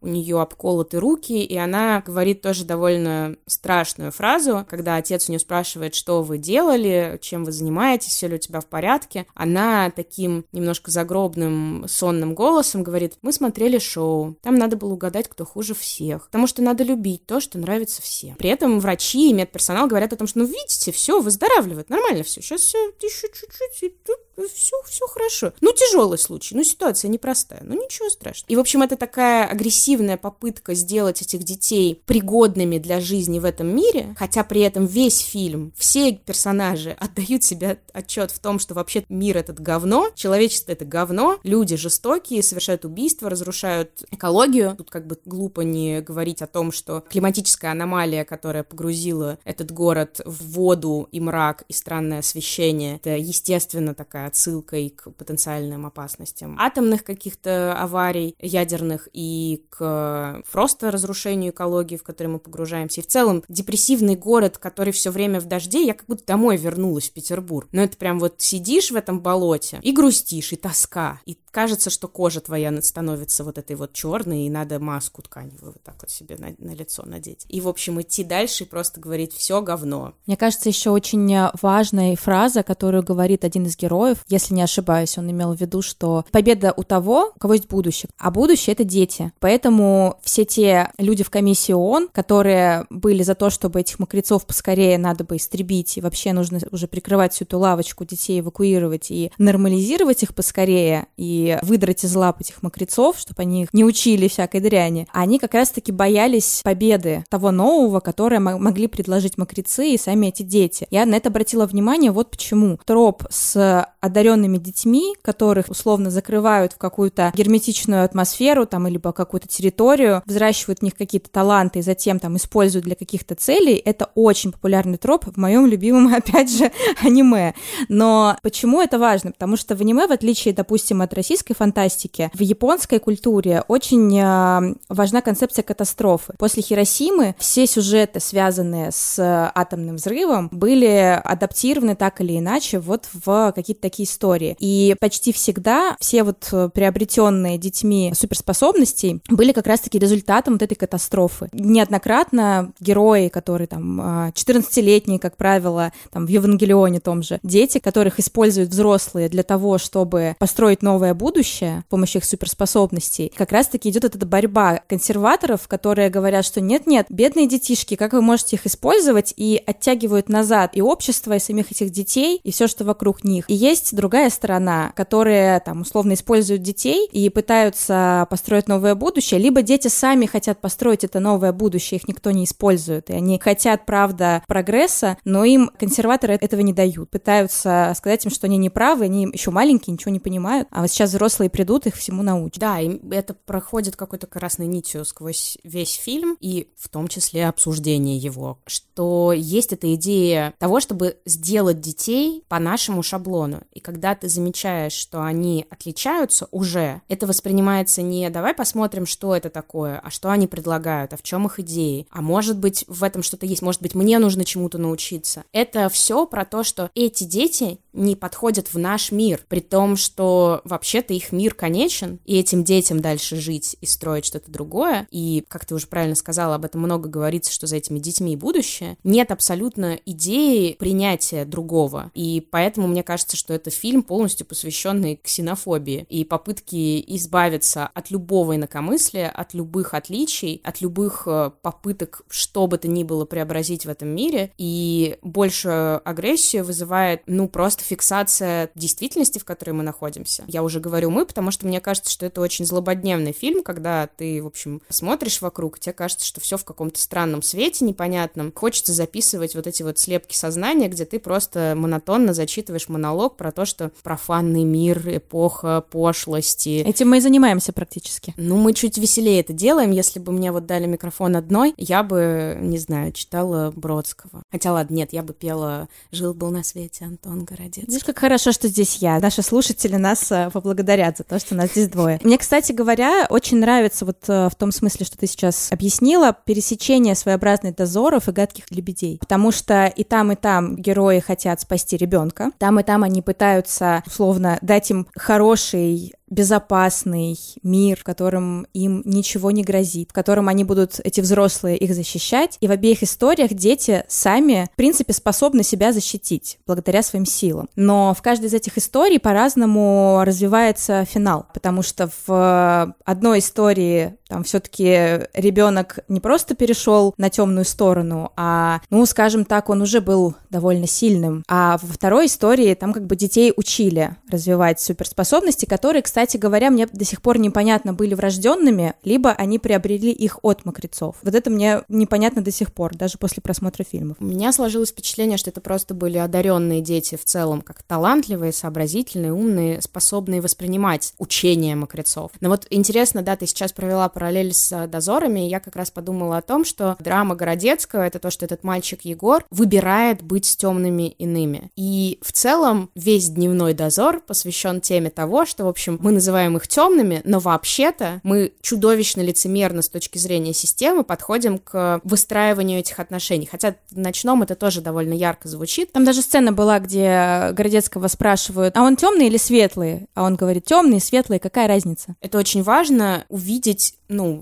у нее обколоты руки, и она говорит тоже довольно страшную фразу, когда отец у нее спрашивает, что вы делали, чем вы занимаетесь, все ли у тебя в порядке. Она таким немножко загробным, сонным голосом говорит: мы смотрели шоу, там надо было угадать, кто хуже всех, потому что надо любить то, что нравится всем. При этом врачи и медперсонал говорят о том, что, ну, видите, все, выздоравливает, нормально все, сейчас все еще чуть-чуть, и тут все хорошо. Ну, тяжелый случай, ну, ситуация непростая, ну, ничего страшного. И, в общем, это такая агрессивная попытка сделать этих детей пригодными для жизни в этом мире, хотя при этом весь фильм, все персонажи отдают себе отчет в том, что вообще мир этот говно, человечество это говно, люди жестокие, совершают убийства, разрушают экологию. Тут как бы глупо не говорить о том, что климатическая аномалия, которая погрузила этот город в воду и мрак и странное освещение, это, естественно, такая отсылкой к потенциальным опасностям атомных каких-то аварий ядерных и к просто разрушению экологии, в которой мы погружаемся. И в целом депрессивный город, который все время в дожде, я как будто домой вернулась в Петербург. Но это прям вот сидишь в этом болоте и грустишь, и тоска, и кажется, что кожа твоя становится вот этой вот черной, и надо маску тканевую вот так вот себе на лицо надеть. И, в общем, идти дальше и просто говорить: все говно. Мне кажется, еще очень важная фраза, которую говорит один из героев, если не ошибаюсь, он имел в виду, что победа у того, у кого есть будущее, а будущее — это дети. Поэтому все те люди в комиссии ООН, которые были за то, чтобы этих мокрецов поскорее надо бы истребить, и вообще нужно уже прикрывать всю эту лавочку, детей эвакуировать и нормализировать их поскорее, и выдрать из лап этих мокрецов, чтобы они их не учили всякой дряни, они как раз-таки боялись победы того нового, которое могли предложить мокрецы и сами эти дети. Я на это обратила внимание вот почему. Троп с одаренными детьми, которых условно закрывают в какую-то герметичную атмосферу там, либо какую-то территорию, взращивают в них какие-то таланты и затем там используют для каких-то целей, это очень популярный троп в моем любимом, опять же, аниме. Но почему это важно? Потому что в аниме, в отличие, допустим, от российской фантастики, в японской культуре очень важна концепция катастрофы. После Хиросимы все сюжеты, связанные с атомным взрывом, были адаптированы так или иначе вот в какие-то такие истории. И почти всегда все вот приобретенные детьми суперспособности были как раз-таки результатом вот этой катастрофы. Неоднократно герои, которые там 14-летние, как правило, там в Евангелионе том же, дети, которых используют взрослые для того, чтобы построить новое будущее с помощью их суперспособностей, как раз-таки идет эта борьба консерваторов, которые говорят, что нет-нет, бедные детишки, как вы можете их использовать, и оттягивают назад и общество, и самих этих детей, и все, что вокруг них. И есть другая сторона, которые там условно используют детей и пытаются построить новое будущее, либо дети сами хотят построить это новое будущее, их никто не использует, и они хотят, правда, прогресса, но им консерваторы этого не дают, пытаются сказать им, что они неправы, они еще маленькие, ничего не понимают, а вот сейчас взрослые придут, их всему научат. Да, и это проходит какой-то красной нитью сквозь весь фильм, и в том числе обсуждение его, что есть эта идея того, чтобы сделать детей по нашему шаблону. И когда ты замечаешь, что они отличаются уже, это воспринимается не «давай посмотрим, что это такое», а что они предлагают, а в чем их идеи, а может быть в этом что-то есть, может быть мне нужно чему-то научиться. Это все про то, что эти дети не подходят в наш мир, при том, что вообще-то их мир конечен, и этим детям дальше жить и строить что-то другое, и, как ты уже правильно сказала, об этом много говорится, что за этими детьми будущее, нет абсолютно идеи принятия другого, и поэтому мне кажется, что это фильм, полностью посвященный ксенофобии и попытке избавиться от любого инакомыслия, от любых отличий, от любых попыток что бы то ни было преобразить в этом мире, и большую агрессию вызывает, просто фиксация действительности, в которой мы находимся. Я уже говорю «мы», потому что мне кажется, что это очень злободневный фильм, когда ты, в общем, смотришь вокруг, тебе кажется, что все в каком-то странном свете непонятном. Хочется записывать вот эти вот слепки сознания, где ты просто монотонно зачитываешь монолог про то, что профанный мир, эпоха пошлости. Этим мы и занимаемся практически. Мы чуть веселее это делаем. Если бы мне вот дали микрофон одной, я бы, не знаю, читала Бродского. Хотя ладно, нет, я бы пела «Жил-был на свете Антон Городецкий». Видишь, как хорошо, что здесь я. Наши слушатели нас поблагодарят за то, что нас здесь двое. Мне, кстати говоря, очень нравится вот в том смысле, что ты сейчас объяснила, пересечение своеобразных дозоров и гадких лебедей. Потому что и там герои хотят спасти ребенка. Там и там они пытаются, условно, дать им хороший безопасный мир, в котором им ничего не грозит, в котором они будут, эти взрослые, их защищать. И в обеих историях дети сами, в принципе, способны себя защитить благодаря своим силам. Но в каждой из этих историй по-разному развивается финал, потому что в одной истории там все-таки ребенок не просто перешел на темную сторону, а, ну, скажем так, он уже был довольно сильным. А во второй истории там как бы детей учили развивать суперспособности, которые, кстати говоря, мне до сих пор непонятно, были врожденными, либо они приобрели их от мокрецов. Вот это мне непонятно до сих пор, даже после просмотра фильмов. У меня сложилось впечатление, что это просто были одаренные дети в целом, как талантливые, сообразительные, умные, способные воспринимать учения мокрецов. Но вот интересно, да, ты сейчас провела параллель с «Дозорами», и я как раз подумала о том, что драма Городецкого — это то, что этот мальчик Егор выбирает быть с темными иными. И в целом весь «Дневной дозор» посвящен теме того, что, в общем, мы называем их темными, но вообще-то мы чудовищно лицемерно с точки зрения системы подходим к выстраиванию этих отношений. Хотя в «Ночном» это тоже довольно ярко звучит. Там даже сцена была, где Городецкого спрашивают, а он темный или светлый? А он говорит, темный, светлый, какая разница? Это очень важно увидеть,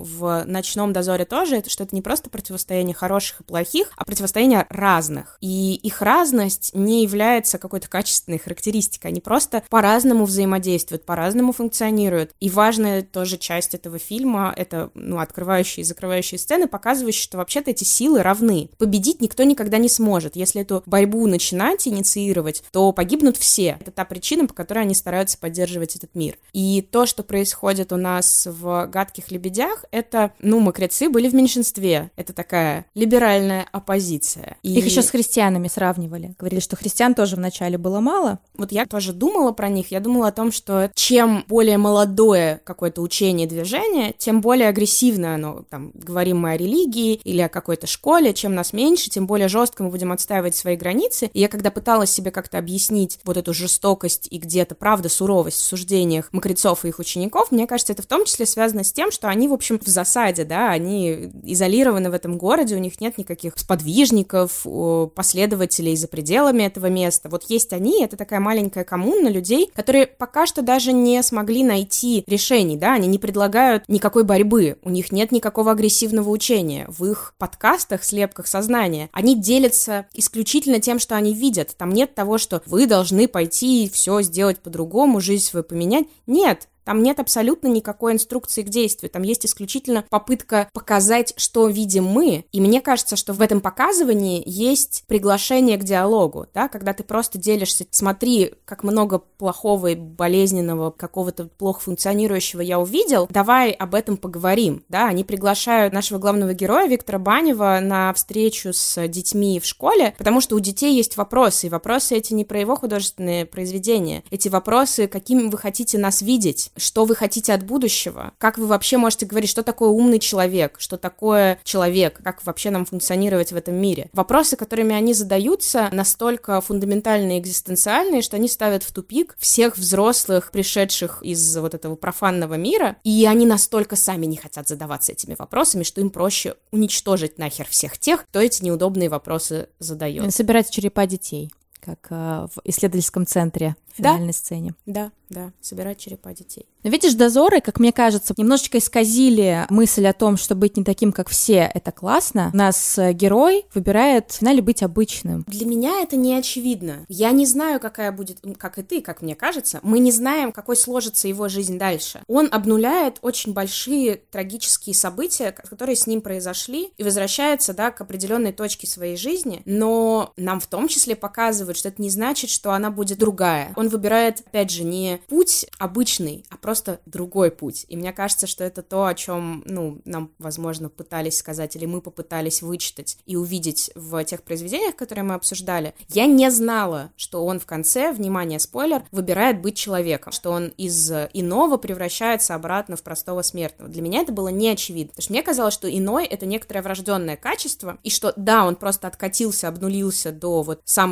в «Ночном дозоре» тоже, что это не просто противостояние хороших и плохих, а противостояние разных. И их разность не является какой-то качественной характеристикой. Они просто по-разному взаимодействуют, по-разному функционируют. И важная тоже часть этого фильма — это, открывающие и закрывающие сцены, показывающие, что вообще-то эти силы равны. Победить никто никогда не сможет. Если эту борьбу начинать инициировать, то погибнут все. Это та причина, по которой они стараются поддерживать этот мир. И то, что происходит у нас в «Гадких лебедях», это, мокрецы были в меньшинстве. Это такая либеральная оппозиция. Их еще с христианами сравнивали. Говорили, что христиан тоже вначале было мало. Вот я тоже думала про них. Я думала о том, что чем более молодое какое-то учение, движение, тем более агрессивно оно. Там, говорим мы о религии или о какой-то школе. Чем нас меньше, тем более жестко мы будем отстаивать свои границы. И я когда пыталась себе как-то объяснить вот эту жестокость и где-то, правда, суровость в суждениях мокрецов и их учеников, мне кажется, это в том числе связано с тем, что они, в общем, в засаде, да, они изолированы в этом городе, у них нет никаких сподвижников, последователей за пределами этого места. Вот есть они, это такая маленькая коммуна людей, которые пока что даже не смогли найти решений, да, они не предлагают никакой борьбы, у них нет никакого агрессивного учения. В их подкастах, слепках сознания, они делятся исключительно тем, что они видят. Там нет того, что вы должны пойти и все сделать по-другому, жизнь свою поменять. Нет. Там нет абсолютно никакой инструкции к действию, там есть исключительно попытка показать, что видим мы, и мне кажется, что в этом показывании есть приглашение к диалогу, да, когда ты просто делишься, смотри, как много плохого и болезненного, какого-то плохо функционирующего я увидел, давай об этом поговорим, да, они приглашают нашего главного героя Виктора Банева на встречу с детьми в школе, потому что у детей есть вопросы, и вопросы эти не про его художественные произведения, эти вопросы, какими вы хотите нас видеть, что вы хотите от будущего, как вы вообще можете говорить, что такое умный человек, что такое человек, как вообще нам функционировать в этом мире. Вопросы, которыми они задаются, настолько фундаментальные и экзистенциальные, что они ставят в тупик всех взрослых, пришедших из вот этого профанного мира, и они настолько сами не хотят задаваться этими вопросами, что им проще уничтожить нахер всех тех, кто эти неудобные вопросы задает. Собирать черепа детей, как в исследовательском центре в финальной сцене. Да, собирать черепа детей. Но видишь, «Дозоры», как мне кажется, немножечко исказили мысль о том, что быть не таким, как все, это классно. У нас герой выбирает в финале быть обычным. Для меня это не очевидно. Я не знаю, какая будет, как и ты, как мне кажется. Мы не знаем, какой сложится его жизнь дальше. Он обнуляет очень большие трагические события, которые с ним произошли, и возвращается, да, к определенной точке своей жизни, но нам в том числе показывают, что это не значит, что она будет другая. Он выбирает, опять же, не путь обычный, а просто другой путь. И мне кажется, что это то, о чем, нам, возможно, пытались сказать, или мы попытались вычитать и увидеть в тех произведениях, которые мы обсуждали. Я не знала, что он в конце, внимание, спойлер, выбирает быть человеком, что он из иного превращается обратно в простого смертного. Для меня это было не очевидно, потому что мне казалось, что иной — это некоторое врожденное качество, и что, да, он просто откатился, обнулился до вот самого адского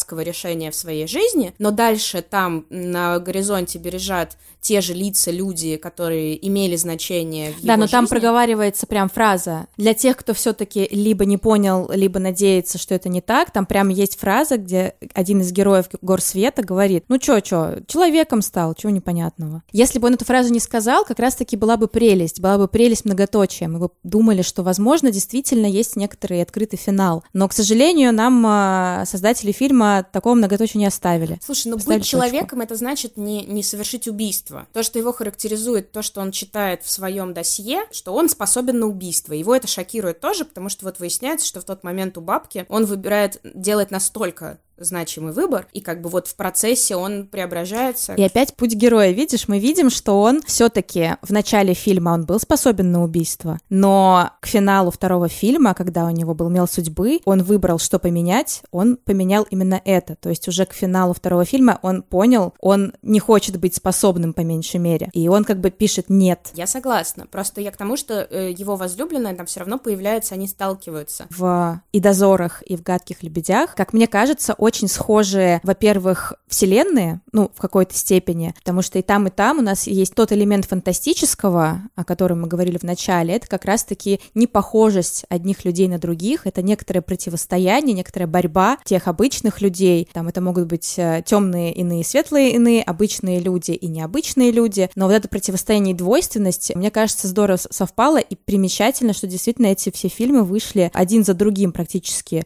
дурацкого решения в своей жизни, но дальше там на горизонте бережат те же лица, люди, которые имели значение в его жизни. Да, но там проговаривается прям фраза. Для тех, кто все-таки либо не понял, либо надеется, что это не так, там прям есть фраза, где один из героев «Гор света» говорит: ну чё, человеком стал, чего непонятного. Если бы он эту фразу не сказал, как раз-таки была бы прелесть многоточия. Мы бы думали, что, возможно, действительно есть некоторый открытый финал. Но, к сожалению, нам создатели фильма такого многоточия не оставили. Слушай, ну быть человеком — это значит не совершить убийство. То, что его характеризует, то, что он читает в своем досье, что он способен на убийство. Его это шокирует тоже, потому что вот выясняется, что в тот момент у бабки он выбирает делать настолько значимый выбор, и как бы вот в процессе он преображается. И опять путь героя, видишь, мы видим, что он все-таки в начале фильма он был способен на убийство, но к финалу второго фильма, когда у него был мел судьбы, он выбрал, что поменять, он поменял именно это, то есть уже к финалу второго фильма он понял, он не хочет быть способным по меньшей мере, и он как бы пишет «нет». Я согласна, просто я к тому, что его возлюбленная там все равно появляется, они сталкиваются. В «И дозорах», и в «Гадких лебедях», как мне кажется, очень схожие, во-первых, вселенные, ну, в какой-то степени, потому что и там у нас есть тот элемент фантастического, о котором мы говорили в начале, это как раз-таки непохожесть одних людей на других, это некоторое противостояние, некоторая борьба тех обычных людей, там это могут быть темные иные, светлые иные, обычные люди и необычные люди, но вот это противостояние и двойственность, мне кажется, здорово совпало, и примечательно, что действительно эти все фильмы вышли один за другим практически.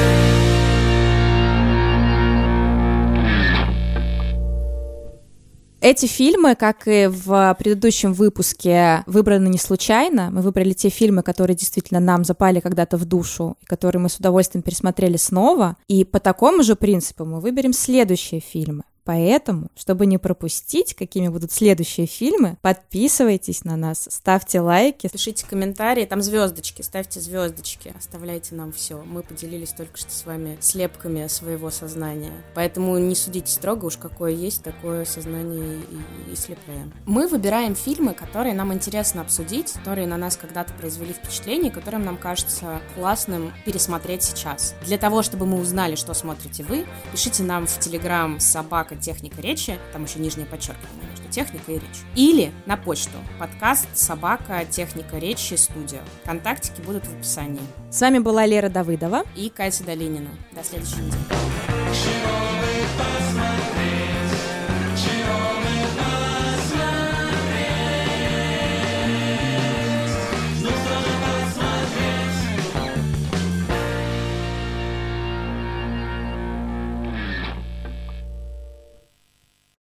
Эти фильмы, как и в предыдущем выпуске, выбраны не случайно. Мы выбрали те фильмы, которые действительно нам запали когда-то в душу, и которые мы с удовольствием пересмотрели снова. И по такому же принципу мы выберем следующие фильмы. Поэтому, чтобы не пропустить, какими будут следующие фильмы, подписывайтесь на нас, ставьте лайки. Пишите комментарии, там звездочки, ставьте звездочки, оставляйте нам все. Мы поделились только что с вами слепками своего сознания. Поэтому не судите строго, уж какое есть, такое сознание и слепляем. Мы выбираем фильмы, которые нам интересно обсудить, которые на нас когда-то произвели впечатление, которым нам кажется классным пересмотреть сейчас. Для того, чтобы мы узнали, что смотрите вы, пишите нам в Telegram @техника речи, там еще нижнее подчеркивание между техника и речь. Или на почту подкаст @техника речи студио. Контактики будут в описании. С вами была Лера Давыдова и Катя Долинина. До следующей недели.